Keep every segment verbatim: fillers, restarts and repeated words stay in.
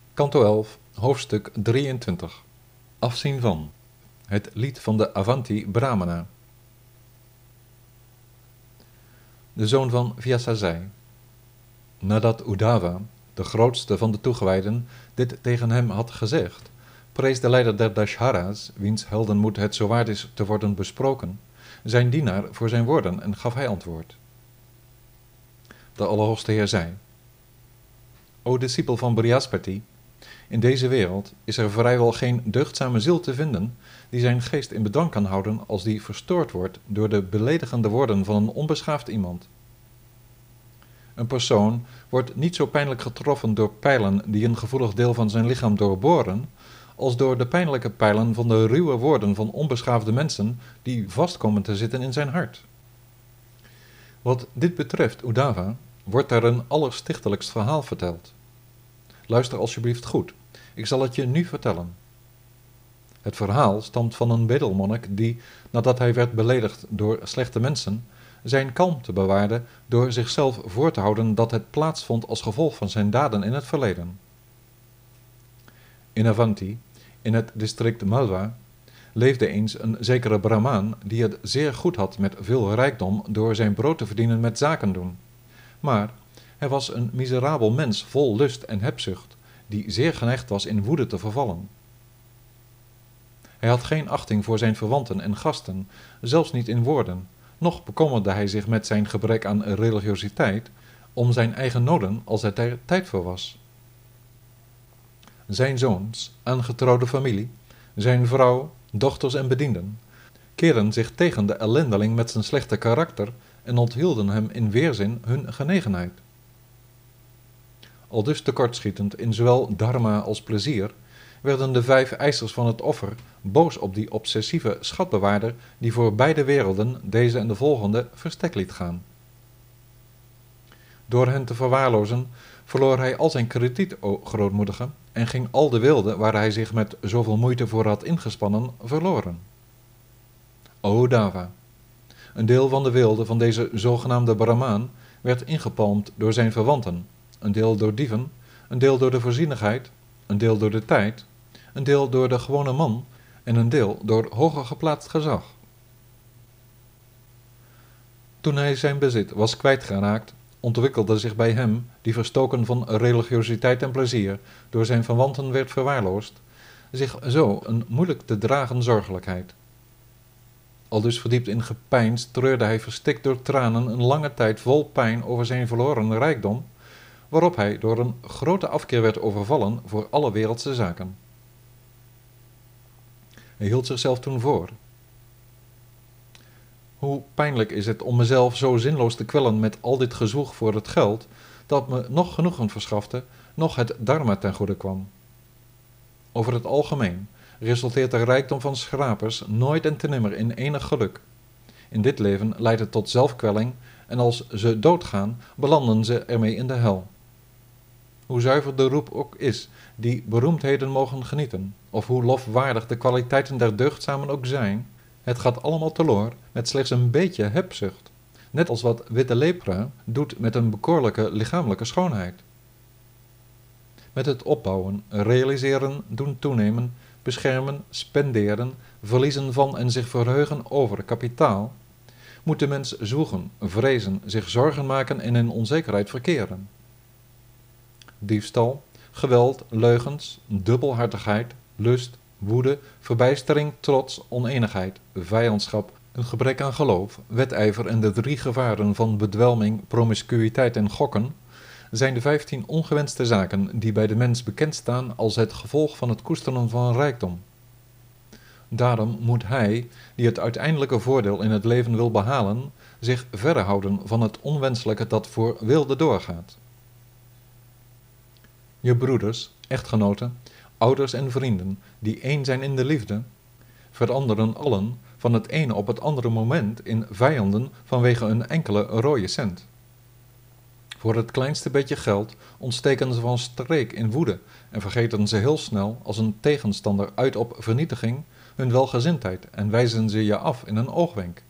Kanto elf, hoofdstuk drieëntwintig. Afzien van. Het lied van de Avanti Brahmana. De zoon van Vyasa zei: nadat Uddhava, de grootste van de toegewijden, dit tegen hem had gezegd, prees de leider der Dashara's, wiens heldenmoed het zo waard is te worden besproken, zijn dienaar voor zijn woorden en gaf hij antwoord. De Allerhoogste Heer zei: O discipel van Brihaspati, in deze wereld is er vrijwel geen deugdzame ziel te vinden die zijn geest in bedwang kan houden als die verstoord wordt door de beledigende woorden van een onbeschaafd iemand. Een persoon wordt niet zo pijnlijk getroffen door pijlen die een gevoelig deel van zijn lichaam doorboren, als door de pijnlijke pijlen van de ruwe woorden van onbeschaafde mensen die vast komen te zitten in zijn hart. Wat dit betreft, Uddhava, wordt daar een allerstichtelijkst verhaal verteld. Luister alsjeblieft goed, ik zal het je nu vertellen. Het verhaal stamt van een bedelmonnik die, nadat hij werd beledigd door slechte mensen, zijn kalmte bewaarde door zichzelf voor te houden dat het plaatsvond als gevolg van zijn daden in het verleden. In Avanti, in het district Malwa, leefde eens een zekere Brahmaan die het zeer goed had met veel rijkdom door zijn brood te verdienen met zaken doen. Maar hij was een miserabel mens vol lust en hebzucht, die zeer geneigd was in woede te vervallen. Hij had geen achting voor zijn verwanten en gasten, zelfs niet in woorden, noch bekommerde hij zich met zijn gebrek aan religiositeit om zijn eigen noden als het er tijd voor was. Zijn zoons, aangetrouwde familie, zijn vrouw, dochters en bedienden keerden zich tegen de ellendeling met zijn slechte karakter en onthielden hem in weerzin hun genegenheid. Aldus tekortschietend in zowel dharma als plezier, werden de vijf eisers van het offer boos op die obsessieve schatbewaarder die voor beide werelden, deze en de volgende, verstek liet gaan. Door hen te verwaarlozen verloor hij al zijn krediet, o grootmoedige, en ging al de weelde waar hij zich met zoveel moeite voor had ingespannen verloren. O Uddhava, een deel van de weelde van deze zogenaamde Brahmaan werd ingepalmd door zijn verwanten, een deel door dieven, een deel door de voorzienigheid, een deel door de tijd, een deel door de gewone man en een deel door hoger geplaatst gezag. Toen hij zijn bezit was kwijtgeraakt, ontwikkelde zich bij hem, die verstoken van religiositeit en plezier door zijn verwanten werd verwaarloosd, zich zo een moeilijk te dragen zorgelijkheid. Aldus verdiept in gepeins treurde hij verstikt door tranen een lange tijd vol pijn over zijn verloren rijkdom, waarop hij door een grote afkeer werd overvallen voor alle wereldse zaken. Hij hield zichzelf toen voor: hoe pijnlijk is het om mezelf zo zinloos te kwellen met al dit gezwoeg voor het geld, dat me nog genoegen verschafte, noch het dharma ten goede kwam. Over het algemeen resulteert de rijkdom van schrapers nooit en te nimmer in enig geluk. In dit leven leidt het tot zelfkwelling, en als ze doodgaan, belanden ze ermee in de hel. Hoe zuiver de roep ook is die beroemdheden mogen genieten, of hoe lofwaardig de kwaliteiten der deugdzamen ook zijn, het gaat allemaal teloor met slechts een beetje hebzucht, net als wat witte lepra doet met een bekoorlijke lichamelijke schoonheid. Met het opbouwen, realiseren, doen toenemen, beschermen, spenderen, verliezen van en zich verheugen over kapitaal, moet de mens zwoegen, vrezen, zich zorgen maken en in onzekerheid verkeren. Diefstal, geweld, leugens, dubbelhartigheid, lust, woede, verbijstering, trots, oneenigheid, vijandschap, een gebrek aan geloof, wedijver en de drie gevaren van bedwelming, promiscuïteit en gokken zijn de vijftien ongewenste zaken die bij de mens bekend staan als het gevolg van het koesteren van rijkdom. Daarom moet hij, die het uiteindelijke voordeel in het leven wil behalen, zich verre houden van het onwenselijke dat voor wilde doorgaat. Je broeders, echtgenoten, ouders en vrienden, die één zijn in de liefde, veranderen allen van het ene op het andere moment in vijanden vanwege een enkele rode cent. Voor het kleinste beetje geld ontsteken ze van streek in woede en vergeten ze heel snel, als een tegenstander uit op vernietiging, hun welgezindheid en wijzen ze je af in een oogwenk.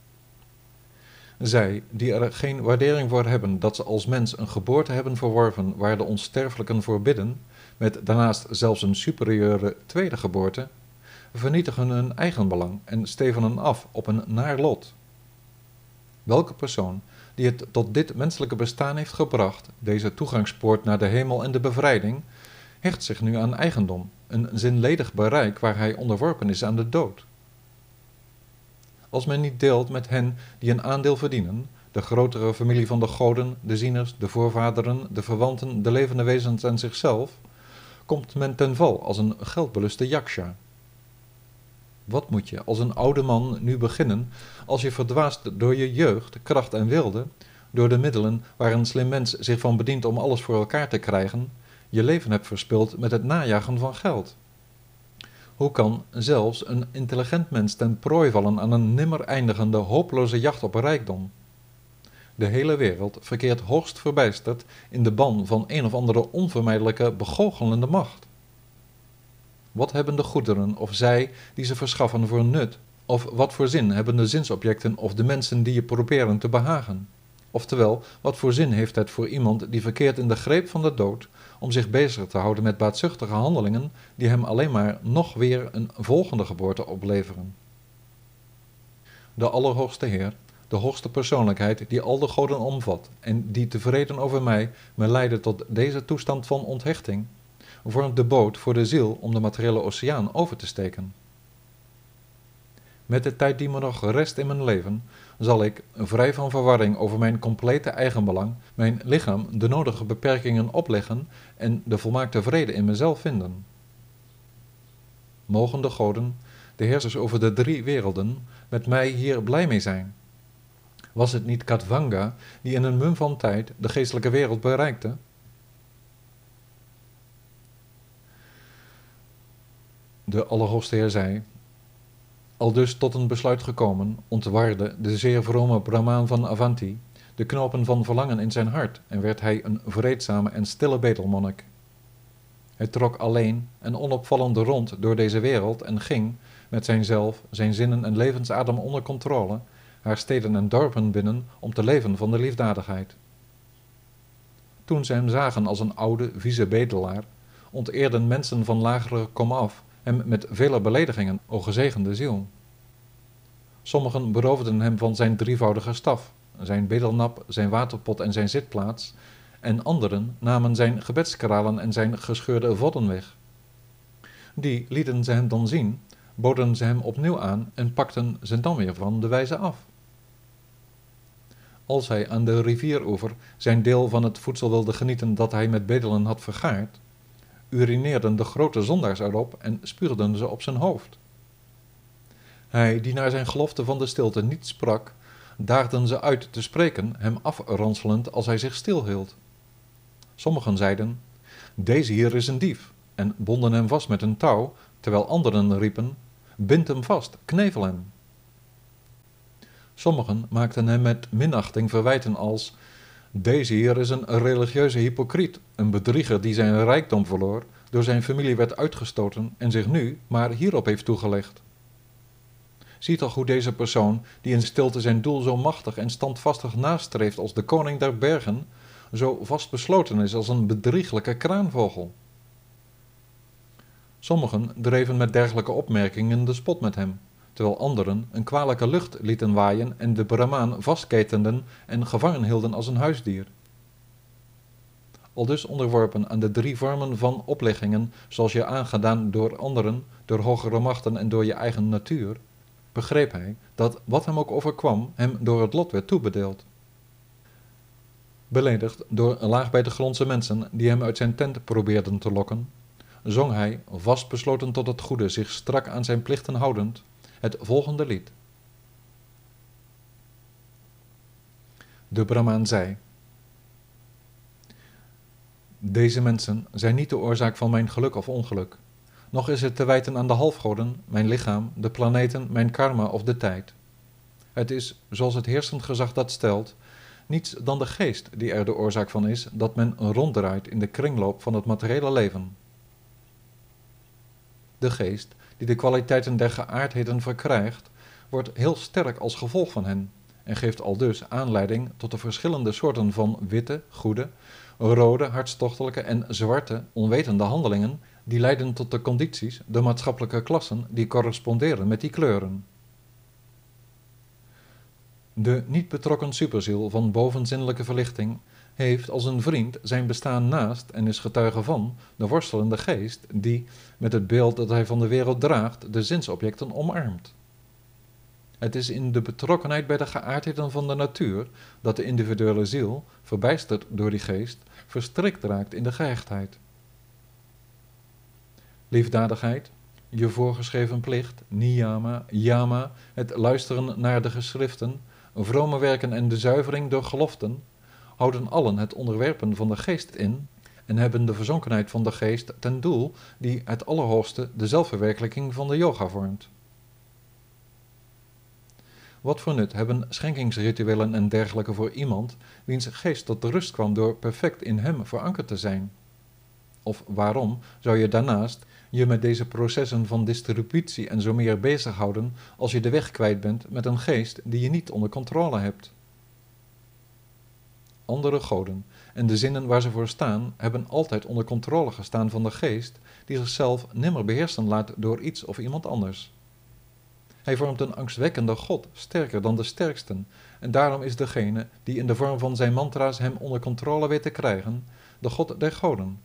Zij, die er geen waardering voor hebben dat ze als mens een geboorte hebben verworven waar de onsterfelijken voor bidden, met daarnaast zelfs een superieure tweede geboorte, vernietigen hun eigen belang en stevenen af op een naar lot. Welke persoon die het tot dit menselijke bestaan heeft gebracht, deze toegangspoort naar de hemel en de bevrijding, hecht zich nu aan eigendom, een zinledig bereik waar hij onderworpen is aan de dood. Als men niet deelt met hen die een aandeel verdienen, de grotere familie van de goden, de zieners, de voorvaderen, de verwanten, de levende wezens en zichzelf, komt men ten val als een geldbeluste yaksha. Wat moet je als een oude man nu beginnen, als je verdwaasd door je jeugd, kracht en wilde, door de middelen waar een slim mens zich van bedient om alles voor elkaar te krijgen, je leven hebt verspild met het najagen van geld? Hoe kan zelfs een intelligent mens ten prooi vallen aan een nimmer eindigende, hopeloze jacht op rijkdom? De hele wereld verkeert hoogst verbijsterd in de ban van een of andere onvermijdelijke, begoochelende macht. Wat hebben de goederen of zij die ze verschaffen voor nut? Of wat voor zin hebben de zinsobjecten of de mensen die je proberen te behagen? Oftewel, wat voor zin heeft het voor iemand die verkeert in de greep van de dood om zich bezig te houden met baatzuchtige handelingen die hem alleen maar nog weer een volgende geboorte opleveren? De Allerhoogste Heer, de hoogste persoonlijkheid die al de goden omvat en die tevreden over mij me leidde tot deze toestand van onthechting, vormt de boot voor de ziel om de materiële oceaan over te steken. Met de tijd die me nog rest in mijn leven, zal ik, vrij van verwarring over mijn complete eigenbelang, mijn lichaam de nodige beperkingen opleggen en de volmaakte vrede in mezelf vinden. Mogen de goden, de heersers over de drie werelden, met mij hier blij mee zijn. Was het niet Khatvanga die in een mum van tijd de geestelijke wereld bereikte? De Allerhoogste Heer zei: aldus tot een besluit gekomen, ontwarde de zeer vrome Brahmaan van Avanti de knopen van verlangen in zijn hart en werd hij een vreedzame en stille betelmonnik. Hij trok alleen en onopvallend rond door deze wereld en ging, met zijnzelf, zijn zinnen en levensadem onder controle, haar steden en dorpen binnen om te leven van de liefdadigheid. Toen ze hem zagen als een oude, vieze bedelaar, onteerden mensen van lagere komaf hem met vele beledigingen, o gezegende ziel. Sommigen beroofden hem van zijn drievoudige staf, zijn bedelnap, zijn waterpot en zijn zitplaats, en anderen namen zijn gebedskralen en zijn gescheurde vodden weg. Die lieten ze hem dan zien, boden ze hem opnieuw aan en pakten ze dan weer van de wijze af. Als hij aan de rivieroever zijn deel van het voedsel wilde genieten dat hij met bedelen had vergaard, urineerden de grote zondaars erop en spuugden ze op zijn hoofd. Hij, die naar zijn gelofte van de stilte niet sprak, daagden ze uit te spreken, hem afranselend als hij zich stilhield. Sommigen zeiden: deze hier is een dief, en bonden hem vast met een touw, terwijl anderen riepen: bind hem vast, knevel hem. Sommigen maakten hem met minachting verwijten als: deze hier is een religieuze hypocriet, een bedrieger die zijn rijkdom verloor, door zijn familie werd uitgestoten en zich nu maar hierop heeft toegelegd. Zie toch hoe deze persoon, die in stilte zijn doel zo machtig en standvastig nastreeft als de koning der bergen, zo vastbesloten is als een bedrieglijke kraanvogel. Sommigen dreven met dergelijke opmerkingen de spot met hem, terwijl anderen een kwalijke lucht lieten waaien en de Brahmaan vastketenden en gevangen hielden als een huisdier. Aldus onderworpen aan de drie vormen van opleggingen, zoals je aangedaan door anderen, door hogere machten en door je eigen natuur, begreep hij dat wat hem ook overkwam hem door het lot werd toebedeeld. Beledigd door laag bij de grondse mensen die hem uit zijn tent probeerden te lokken, zong hij, vastbesloten tot het goede, zich strak aan zijn plichten houdend, het volgende lied. De Brahmaan zei: deze mensen zijn niet de oorzaak van mijn geluk of ongeluk, noch is het te wijten aan de halfgoden, mijn lichaam, de planeten, mijn karma of de tijd. Het is, zoals het heersend gezag dat stelt, niets dan de geest die er de oorzaak van is dat men ronddraait in de kringloop van het materiële leven. De geest, die de kwaliteiten der geaardheden verkrijgt, wordt heel sterk als gevolg van hen en geeft aldus aanleiding tot de verschillende soorten van witte, goede, rode, hartstochtelijke en zwarte, onwetende handelingen, die leiden tot de condities, de maatschappelijke klassen, die corresponderen met die kleuren. De niet betrokken superziel van bovenzinnelijke verlichting heeft als een vriend zijn bestaan naast en is getuige van de worstelende geest die, met het beeld dat hij van de wereld draagt, de zinsobjecten omarmt. Het is in de betrokkenheid bij de geaardheden van de natuur dat de individuele ziel, verbijsterd door die geest, verstrikt raakt in de gehechtheid. Liefdadigheid, je voorgeschreven plicht, niyama, yama, het luisteren naar de geschriften, vrome werken en de zuivering door geloften, houden allen het onderwerpen van de geest in en hebben de verzonkenheid van de geest ten doel die het allerhoogste de zelfverwerkelijking van de yoga vormt. Wat voor nut hebben schenkingsrituelen en dergelijke voor iemand wiens geest tot de rust kwam door perfect in hem verankerd te zijn? Of waarom zou je daarnaast je met deze processen van distributie en zo meer bezighouden als je de weg kwijt bent met een geest die je niet onder controle hebt? Andere goden en de zinnen waar ze voor staan hebben altijd onder controle gestaan van de geest die zichzelf nimmer beheersen laat door iets of iemand anders. Hij vormt een angstwekkende god, sterker dan de sterksten, en daarom is degene die in de vorm van zijn mantra's hem onder controle weet te krijgen, de god der goden.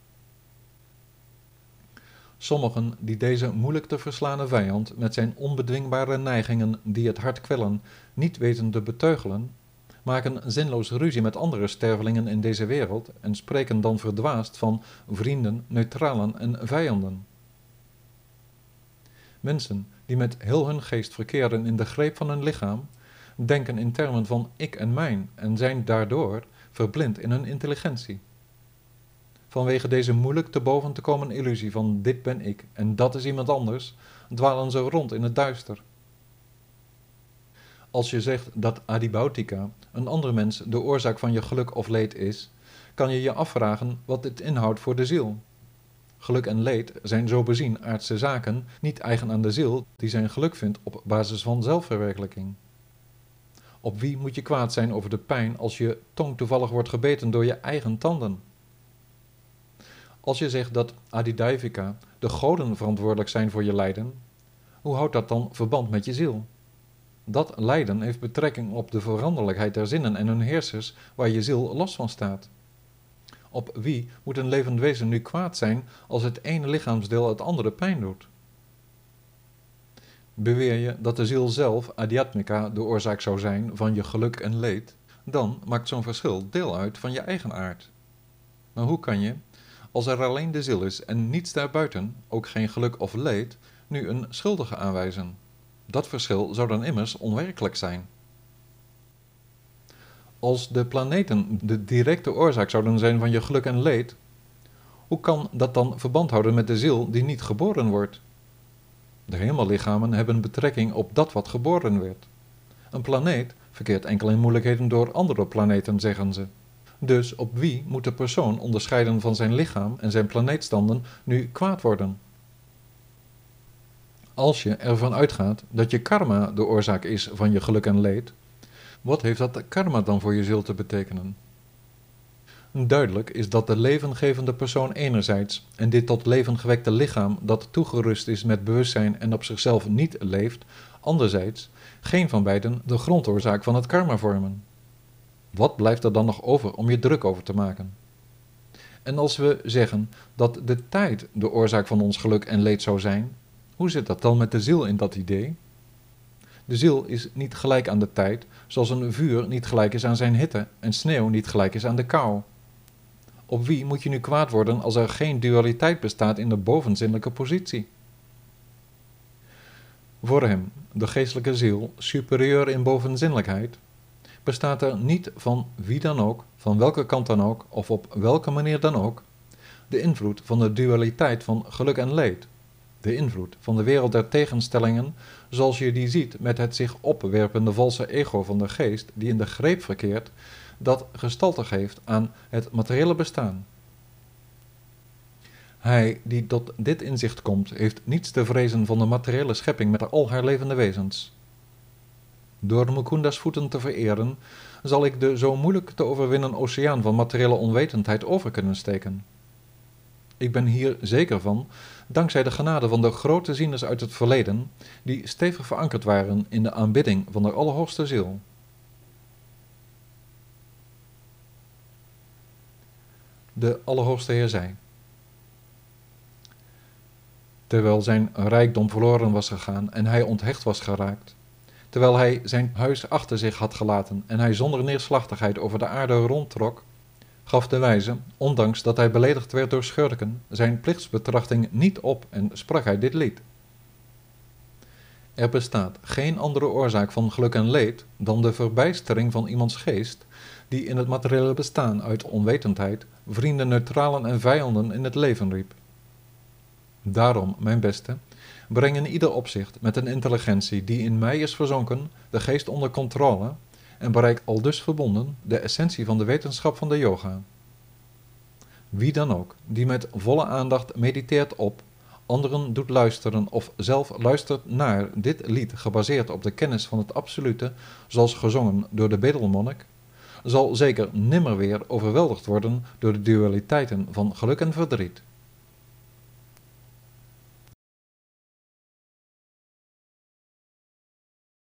Sommigen die deze moeilijk te verslaande vijand met zijn onbedwingbare neigingen die het hart kwellen niet weten te beteugelen, maken zinloos ruzie met andere stervelingen in deze wereld en spreken dan verdwaasd van vrienden, neutralen en vijanden. Mensen die met heel hun geest verkeren in de greep van hun lichaam, denken in termen van ik en mijn en zijn daardoor verblind in hun intelligentie. Vanwege deze moeilijk te boven te komen illusie van dit ben ik en dat is iemand anders, dwalen ze rond in het duister. Als je zegt dat adibautika, een ander mens, de oorzaak van je geluk of leed is, kan je je afvragen wat dit inhoudt voor de ziel. Geluk en leed zijn zo bezien aardse zaken, niet eigen aan de ziel die zijn geluk vindt op basis van zelfverwerkelijking. Op wie moet je kwaad zijn over de pijn als je tong toevallig wordt gebeten door je eigen tanden? Als je zegt dat Adidaivika, de goden verantwoordelijk zijn voor je lijden, hoe houdt dat dan verband met je ziel? Dat lijden heeft betrekking op de veranderlijkheid der zinnen en hun heersers waar je ziel los van staat. Op wie moet een levend wezen nu kwaad zijn als het ene lichaamsdeel het andere pijn doet? Beweer je dat de ziel zelf, Adhyatmika, de oorzaak zou zijn van je geluk en leed, dan maakt zo'n verschil deel uit van je eigen aard. Maar hoe kan je, als er alleen de ziel is en niets daarbuiten, ook geen geluk of leed, nu een schuldige aanwijzen? Dat verschil zou dan immers onwerkelijk zijn. Als de planeten de directe oorzaak zouden zijn van je geluk en leed, hoe kan dat dan verband houden met de ziel die niet geboren wordt? De hemellichamen hebben betrekking op dat wat geboren werd. Een planeet verkeert enkel in moeilijkheden door andere planeten, zeggen ze. Dus op wie moet de persoon onderscheiden van zijn lichaam en zijn planeetstanden nu kwaad worden? Als je ervan uitgaat dat je karma de oorzaak is van je geluk en leed, wat heeft dat karma dan voor je ziel te betekenen? Duidelijk is dat de levengevende persoon enerzijds en dit tot leven gewekte lichaam dat toegerust is met bewustzijn en op zichzelf niet leeft, anderzijds geen van beiden de grondoorzaak van het karma vormen. Wat blijft er dan nog over om je druk over te maken? En als we zeggen dat de tijd de oorzaak van ons geluk en leed zou zijn, hoe zit dat dan met de ziel in dat idee? De ziel is niet gelijk aan de tijd, zoals een vuur niet gelijk is aan zijn hitte en sneeuw niet gelijk is aan de kou. Op wie moet je nu kwaad worden als er geen dualiteit bestaat in de bovenzinnelijke positie? Voor hem, de geestelijke ziel, superieur in bovenzinnelijkheid, bestaat er niet van wie dan ook, van welke kant dan ook, of op welke manier dan ook, de invloed van de dualiteit van geluk en leed, de invloed van de wereld der tegenstellingen, zoals je die ziet met het zich opwerpende valse ego van de geest die in de greep verkeert, dat gestalte geeft aan het materiële bestaan. Hij die tot dit inzicht komt, heeft niets te vrezen van de materiële schepping met al haar levende wezens. Door Mukunda's voeten te vereren, zal ik de zo moeilijk te overwinnen oceaan van materiële onwetendheid over kunnen steken. Ik ben hier zeker van, dankzij de genade van de grote zieners uit het verleden, die stevig verankerd waren in de aanbidding van de Allerhoogste Ziel. De Allerhoogste Heer zei: terwijl zijn rijkdom verloren was gegaan en hij onthecht was geraakt, terwijl hij zijn huis achter zich had gelaten en hij zonder neerslachtigheid over de aarde rondtrok, gaf de wijze, ondanks dat hij beledigd werd door schurken, zijn plichtsbetrachting niet op en sprak hij dit lied. Er bestaat geen andere oorzaak van geluk en leed dan de verbijstering van iemands geest, die in het materiële bestaan uit onwetendheid vrienden, neutralen en vijanden in het leven riep. Daarom, mijn beste, breng in ieder opzicht met een intelligentie die in mij is verzonken de geest onder controle en bereik aldus verbonden de essentie van de wetenschap van de yoga. Wie dan ook, die met volle aandacht mediteert op, anderen doet luisteren of zelf luistert naar dit lied gebaseerd op de kennis van het absolute, zoals gezongen door de bedelmonnik, zal zeker nimmer weer overweldigd worden door de dualiteiten van geluk en verdriet.